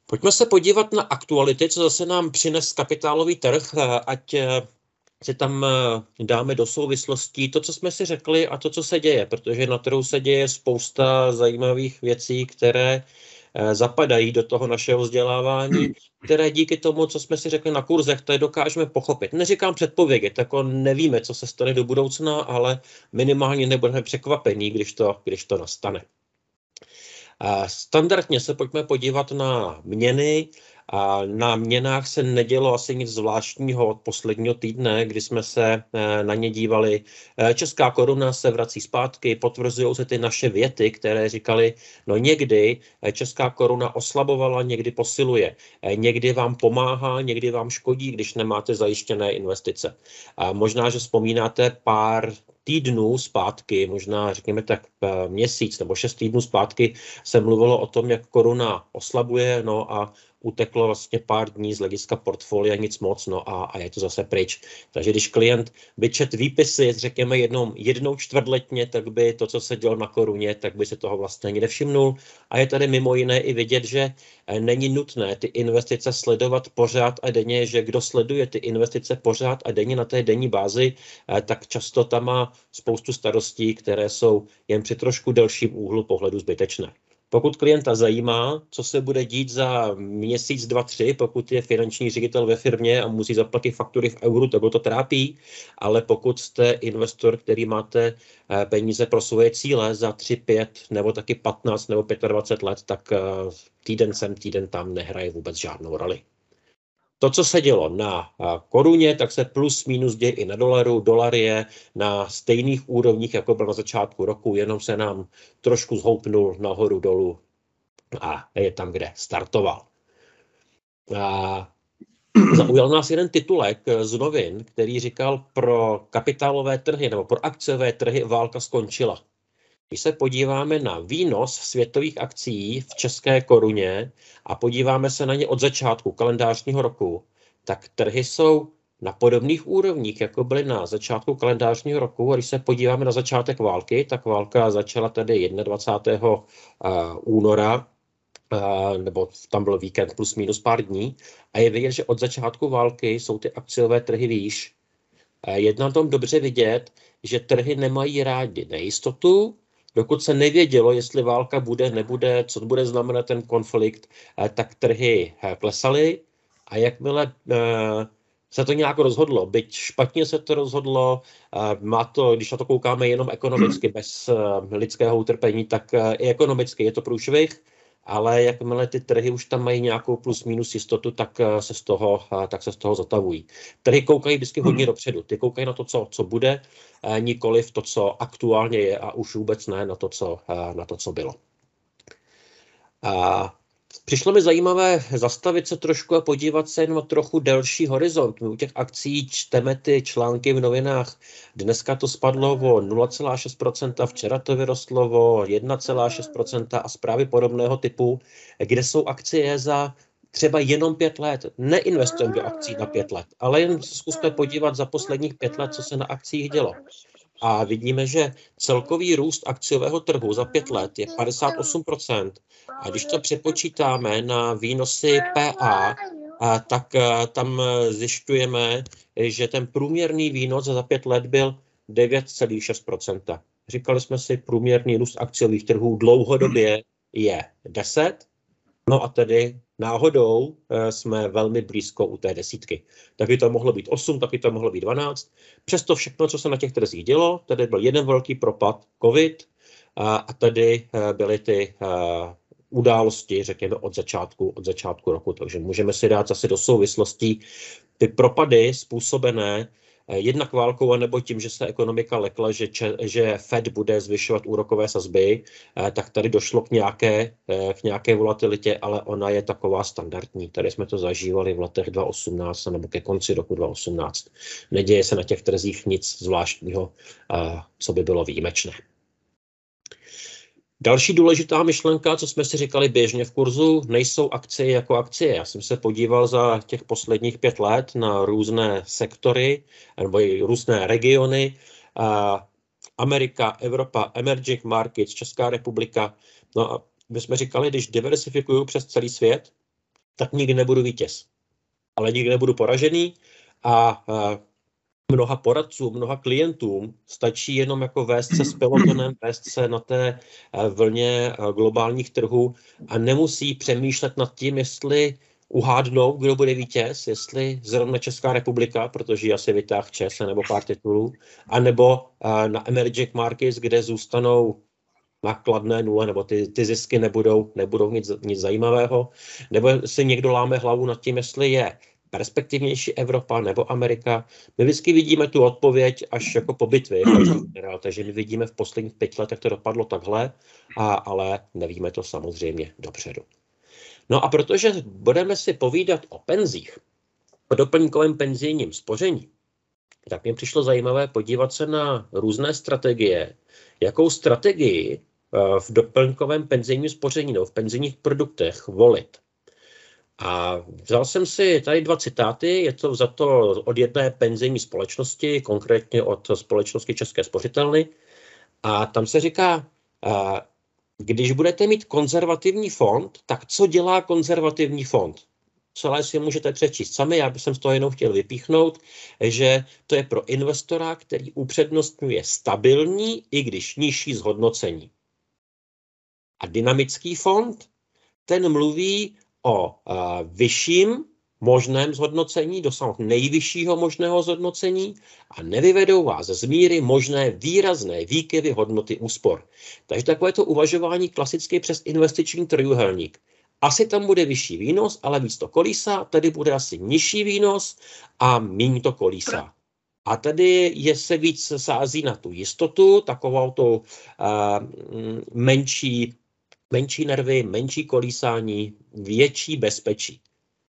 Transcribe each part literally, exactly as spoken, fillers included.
Pojďme se podívat na aktuality, co zase nám přines kapitálový trh, ať si tam dáme do souvislostí to, co jsme si řekli a to, co se děje, protože na trhu se děje spousta zajímavých věcí, které zapadají do toho našeho vzdělávání, které díky tomu, co jsme si řekli na kurzech, to je dokážeme pochopit. Neříkám předpovědět, jako nevíme, co se stane do budoucna, ale minimálně nebudeme překvapení, když to, když to nastane. Standardně se pojďme podívat na měny. Na měnách se nedělo asi nic zvláštního od posledního týdne, kdy jsme se na ně dívali. Česká koruna se vrací zpátky, potvrzují se ty naše věty, které říkali, no někdy česká koruna oslabovala, někdy posiluje, někdy vám pomáhá, někdy vám škodí, když nemáte zajištěné investice. A možná, že vzpomínáte pár týdnů zpátky, možná řekněme tak měsíc nebo šest týdnů zpátky se mluvilo o tom, jak koruna oslabuje, no a uteklo vlastně pár dní z hlediska portfolia, nic moc, no a, a je to zase pryč. Takže když klient by čet výpisy, řekněme jednou, jednou čtvrtletně, tak by to, co se dělo na koruně, tak by se toho vlastně ani nevšimnul. A je tady mimo jiné i vidět, že není nutné ty investice sledovat pořád a denně, že kdo sleduje ty investice pořád a denně na té denní bázi, tak často tam má spoustu starostí, které jsou jen při trošku delším úhlu pohledu zbytečné. Pokud klienta zajímá, co se bude dít za měsíc, dva, tři, pokud je finanční ředitel ve firmě a musí zaplatit faktury v euru, tak ho to trápí, ale pokud jste investor, který máte peníze pro svoje cíle za tři, pět nebo taky patnáct nebo dvacet pět let, tak týden sem, týden tam nehraje vůbec žádnou roli. To, co se dělo na koruně, tak se plus minus děje i na dolaru. Dolar je na stejných úrovních, jako byl na začátku roku, jenom se nám trošku zhoupnul nahoru dolů a je tam, kde startoval. A zaujal nás jeden titulek z novin, který říkal, pro kapitálové trhy nebo pro akciové trhy válka skončila. Když se podíváme na výnos světových akcií v české koruně a podíváme se na ně od začátku kalendářního roku, tak trhy jsou na podobných úrovních, jako byly na začátku kalendářního roku. A když se podíváme na začátek války, tak válka začala tady dvacátého prvního února, nebo tam byl víkend plus minus pár dní. A je vidět, že od začátku války jsou ty akciové trhy výš. Je na tom dobře vidět, že trhy nemají rádi nejistotu. Dokud se nevědělo, jestli válka bude, nebude, co bude znamenat ten konflikt, tak trhy klesaly a jakmile se to nějak rozhodlo, byť špatně se to rozhodlo, má to, když na to koukáme jenom ekonomicky, bez lidského utrpení, tak i ekonomicky je to průšvih, ale jakmile ty trhy už tam mají nějakou plus minus jistotu, tak se z toho, tak se z toho zatavují. Trhy koukají vždycky hodně dopředu. Ty koukají na to, co, co bude, nikoli v to, co aktuálně je a už vůbec ne na to, co, na to, co bylo. A přišlo mi zajímavé zastavit se trošku a podívat se na trochu delší horizont. My u těch akcí čteme ty články v novinách. Dneska to spadlo o nula celá šest procenta, včera to vyrostlo o jedna celá šest procenta a zprávy podobného typu, kde jsou akcie za třeba jenom pět let. Neinvestujeme do akcí na pět let, ale jen zkuste podívat za posledních pět let, co se na akcích dělo. A vidíme, že celkový růst akciového trhu za pět let je padesát osm procent. A když to přepočítáme na výnosy P A, a tak a tam zjišťujeme, že ten průměrný výnos za pět let byl devět celá šest procenta. Říkali jsme si, průměrný růst akciových trhů dlouhodobě je deset, no a tedy náhodou jsme velmi blízko u té desítky. Taky to mohlo být osm, taky to mohlo být dvanáct. Přesto všechno, co se na těch trzích dělo, tady byl jeden velký propad COVID a, a tady byly ty a, události, řekněme, od začátku, od začátku roku. Takže můžeme si dát zase do souvislostí ty propady způsobené jednak válkou, anebo tím, že se ekonomika lekla, že, že Fed bude zvyšovat úrokové sazby, tak tady došlo k nějaké, k nějaké volatilitě, ale ona je taková standardní. Tady jsme to zažívali v letech dva tisíce osmnáct nebo ke konci roku dva tisíce osmnáct. Neděje se na těch trzích nic zvláštního, co by bylo výjimečné. Další důležitá myšlenka, co jsme si říkali běžně v kurzu, nejsou akcie jako akcie. Já jsem se podíval za těch posledních pět let na různé sektory nebo i různé regiony. Amerika, Evropa, emerging markets, Česká republika. No a my jsme říkali, když diversifikuju přes celý svět, tak nikdy nebudu vítěz. Ale nikdy nebudu poražený a mnoha poradcům, mnoha klientům stačí jenom jako vést se s pelotonem, vést se na té vlně globálních trhů a nemusí přemýšlet nad tím, jestli uhádnou, kdo bude vítěz, jestli zrovna Česká republika, protože asi vytáh ČES nebo pár titulů, anebo na emerging markets, kde zůstanou na kladné nule, nebo ty, ty zisky nebudou, nebudou nic, nic zajímavého, nebo si někdo láme hlavu nad tím, jestli je perspektivnější Evropa nebo Amerika. My vždycky vidíme tu odpověď až jako po bitvě, takže my vidíme v posledních pěti letech to dopadlo takhle, a, ale nevíme to samozřejmě dopředu. No a protože budeme si povídat o penzích, o doplňkovém penzijním spoření, tak mě přišlo zajímavé podívat se na různé strategie, jakou strategii v doplňkovém penzijním spoření nebo v penzijních produktech volit. A vzal jsem si tady dva citáty, je to vzato od jedné penzijní společnosti, konkrétně od společnosti České spořitelny. A tam se říká, když budete mít konzervativní fond, tak co dělá konzervativní fond? Celé si můžete přečíst sami, já bych z toho jenom chtěl vypíchnout, že to je pro investora, který upřednostňuje stabilní, i když nižší zhodnocení. A dynamický fond, ten mluví o uh, vyšším možném zhodnocení, dosáhnout nejvyššího možného zhodnocení a nevyvedou vás z míry možné výrazné výkyvy hodnoty úspor. Takže takové to uvažování klasicky přes investiční trojúhelník. Asi tam bude vyšší výnos, ale víc to kolísá, tady bude asi nižší výnos a méně to kolísá. A tady je se víc sází na tu jistotu, takovou tu uh, menší, menší nervy, menší kolísání, větší bezpečí.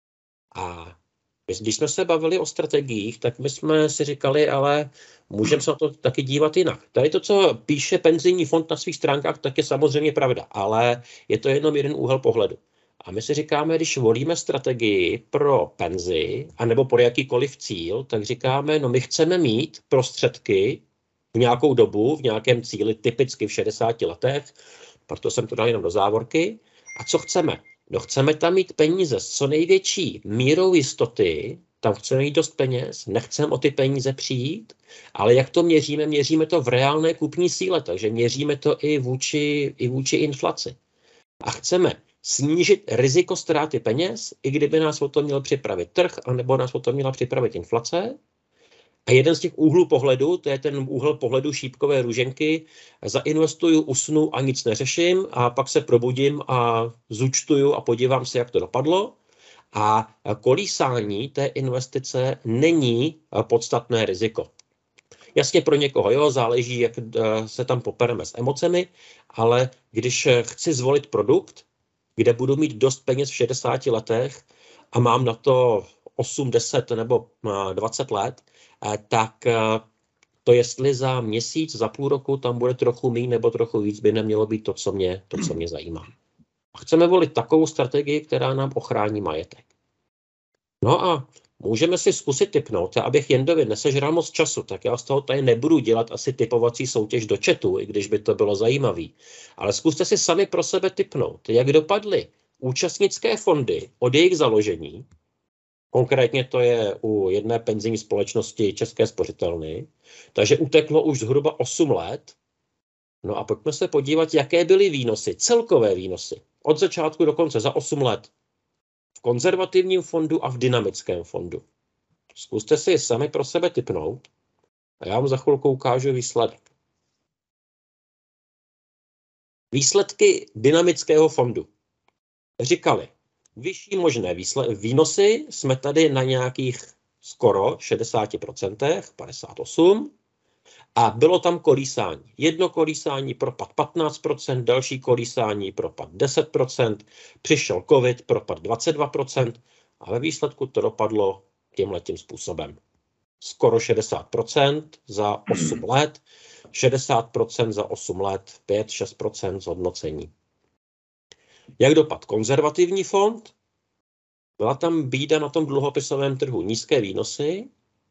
A když jsme se bavili o strategiích, tak my jsme si říkali, ale můžeme se na to taky dívat jinak. Tady to, co píše penzijní fond na svých stránkách, tak je samozřejmě pravda, ale je to jenom jeden úhel pohledu. A my si říkáme, když volíme strategii pro penzi, anebo pro jakýkoliv cíl, tak říkáme, no my chceme mít prostředky v nějakou dobu, v nějakém cíli, typicky v šedesáti letech, proto jsem to dal jenom do závorky. A co chceme? No chceme tam mít peníze s co největší mírou jistoty, tam chceme mít dost peněz, nechceme o ty peníze přijít, ale jak to měříme? Měříme to v reálné kupní síle, takže měříme to i vůči, i vůči inflaci. A chceme snížit riziko ztráty peněz, i kdyby nás o to měl připravit trh, anebo nás o to měla připravit inflace. A jeden z těch úhlů pohledu, to je ten úhel pohledu šípkové růženky, zainvestuju, usnu a nic neřeším a pak se probudím a zúčtuju a podívám se, jak to dopadlo. A kolísání té investice není podstatné riziko. Jasně pro někoho, jo, záleží, jak se tam popereme s emocemi, ale když chci zvolit produkt, kde budu mít dost peněz v šedesáti letech a mám na to osm, deset nebo dvacet let, tak to jestli za měsíc, za půl roku tam bude trochu méně nebo trochu víc, by nemělo být to, co mě, to, co mě zajímá. A chceme volit takovou strategii, která nám ochrání majetek. No a můžeme si zkusit tipnout, já abych Jendovi nesežral moc času, tak já z toho tady nebudu dělat asi typovací soutěž do chatu, i když by to bylo zajímavý. Ale zkuste si sami pro sebe tipnout, jak dopadly účastnické fondy od jejich založení. Konkrétně to je u jedné penzijní společnosti České spořitelny, takže uteklo už zhruba osm let. No a pojďme se podívat, jaké byly výnosy, celkové výnosy, od začátku do konce za osm let. V konzervativním fondu a v dynamickém fondu. Zkuste si sami pro sebe tipnout a já vám za chvilku ukážu výsledek. Výsledky dynamického fondu. Říkali, vyšší možné výnosy, jsme tady na nějakých skoro šedesáti procentech, padesát osm procent, a bylo tam kolísání. Jedno kolísání propad patnáct procent, další kolísání propad deset procent, přišel covid, propad dvacet dva procent a ve výsledku to dopadlo tímhletím způsobem. Skoro šedesát procent za osm let, šedesát procent za osm let, pět až šest procent zhodnocení. Jak dopad konzervativní fond? Byla tam bída na tom dluhopisovém trhu, nízké výnosy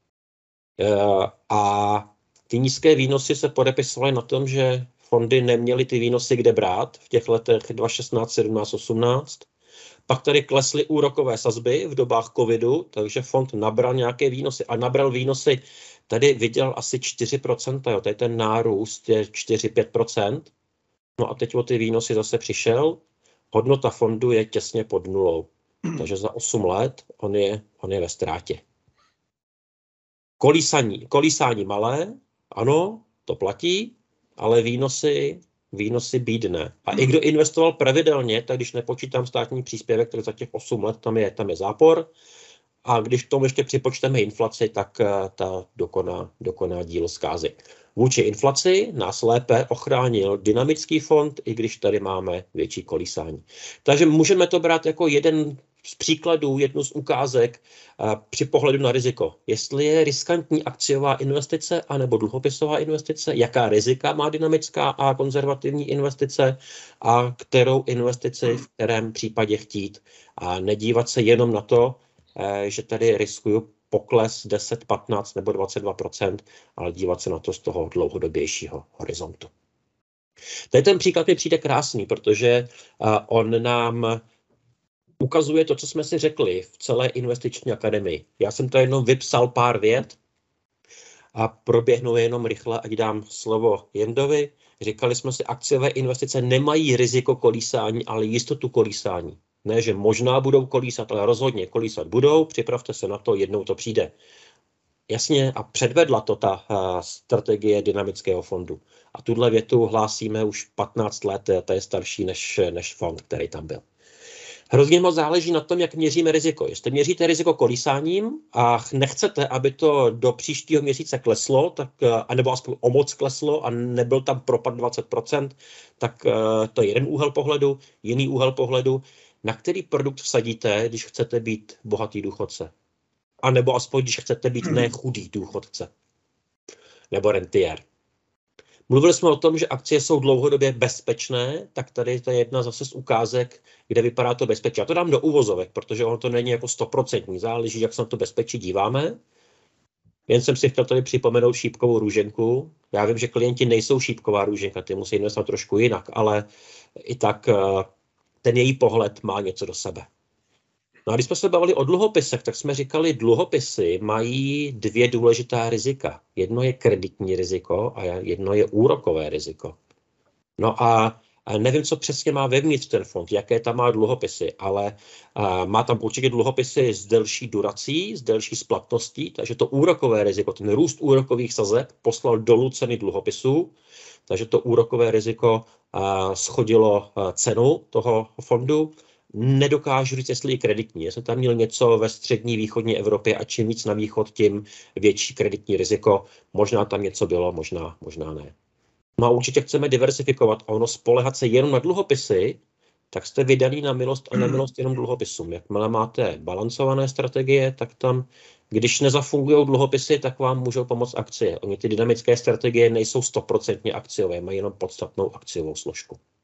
a ty nízké výnosy se podepisovaly na tom, že fondy neměly ty výnosy kde brát v těch letech dva tisíce šestnáct, sedmnáct, osmnáct Pak tady klesly úrokové sazby v dobách covidu, takže fond nabral nějaké výnosy a nabral výnosy, tady vydělal asi čtyři procenta, jo, tady ten nárůst je čtyři až pět procent. No a teď o ty výnosy zase přišel, hodnota fondu je těsně pod nulou, takže za osm let on je, on je ve ztrátě. Kolísání, kolísání malé, ano, to platí, ale výnosy, výnosy bídné. A i kdo investoval pravidelně, tak když nepočítám státní příspěvek, tak za těch osm let tam je, tam je zápor. A když k tomu ještě připočteme inflaci, tak ta dokoná, dokoná díl zkázy. Vůči inflaci nás lépe ochránil dynamický fond, i když tady máme větší kolísání. Takže můžeme to brát jako jeden z příkladů, jednu z ukázek při pohledu na riziko. Jestli je riskantní akciová investice anebo dluhopisová investice, jaká rizika má dynamická a konzervativní investice a kterou investici v kterém případě chtít. A nedívat se jenom na to, že tady riskuju pokles deset, patnáct nebo dvacet dva procent, ale dívat se na to z toho dlouhodobějšího horizontu. Tady ten příklad mi přijde krásný, protože on nám ukazuje to, co jsme si řekli v celé investiční akademii. Já jsem to jenom vypsal pár vět a proběhnu jenom rychle, ať dám slovo Jendovi. Říkali jsme si, akciové investice nemají riziko kolísání, ale jistotu kolísání. Ne, že možná budou kolísat, ale rozhodně kolísat budou, připravte se na to, jednou to přijde. Jasně, a předvedla to ta uh, strategie dynamického fondu. A tuhle větu hlásíme už patnáct let, ta je starší než, než fond, který tam byl. Hrozně moc záleží na tom, jak měříme riziko. Jestli měříte riziko kolísáním a nechcete, aby to do příštího měsíce kleslo, tak, anebo aspoň o moc kleslo a nebyl tam propad dvacet procent, tak uh, to je jeden úhel pohledu. Jiný úhel pohledu, na který produkt vsadíte, když chcete být bohatý důchodce. A nebo aspoň, když chcete být nechudý důchodce. Nebo rentiér. Mluvili jsme o tom, že akcie jsou dlouhodobě bezpečné, tak tady to je jedna zase z ukázek, kde vypadá to bezpečí. Já to dám do uvozovek, protože ono to není jako stoprocentní, záleží, jak se na to bezpečí díváme. Jen jsem si chtěl tady připomenout šípkovou růženku. Já vím, že klienti nejsou šípková růženka, ty musí investovat trošku jinak, ale i tak ten její pohled má něco do sebe. No a když jsme se bavili o dluhopisech, tak jsme říkali, dluhopisy mají dvě důležitá rizika. Jedno je kreditní riziko a jedno je úrokové riziko. No a nevím, co přesně má vevnitř ten fond, jaké tam má dluhopisy, ale má tam určitě dluhopisy s delší durací, s delší splatností, takže to úrokové riziko, ten růst úrokových sazeb poslal dolů ceny dluhopisů, takže to úrokové riziko schodilo cenu toho fondu. Nedokážu říct, jestli je kreditní. Já jsem tam měl něco ve střední východní Evropě a čím víc na východ, tím větší kreditní riziko. Možná tam něco bylo, možná, možná ne. No a určitě chceme diversifikovat a ono spolehat se jenom na dluhopisy, tak jste vydaný na milost a nemilost jenom dluhopisům. Jakmile máte balancované strategie, tak tam, když nezafungují dluhopisy, tak vám můžou pomoct akcie. Oni ty dynamické strategie nejsou stoprocentně akciové, mají jenom podstatnou akciovou složku.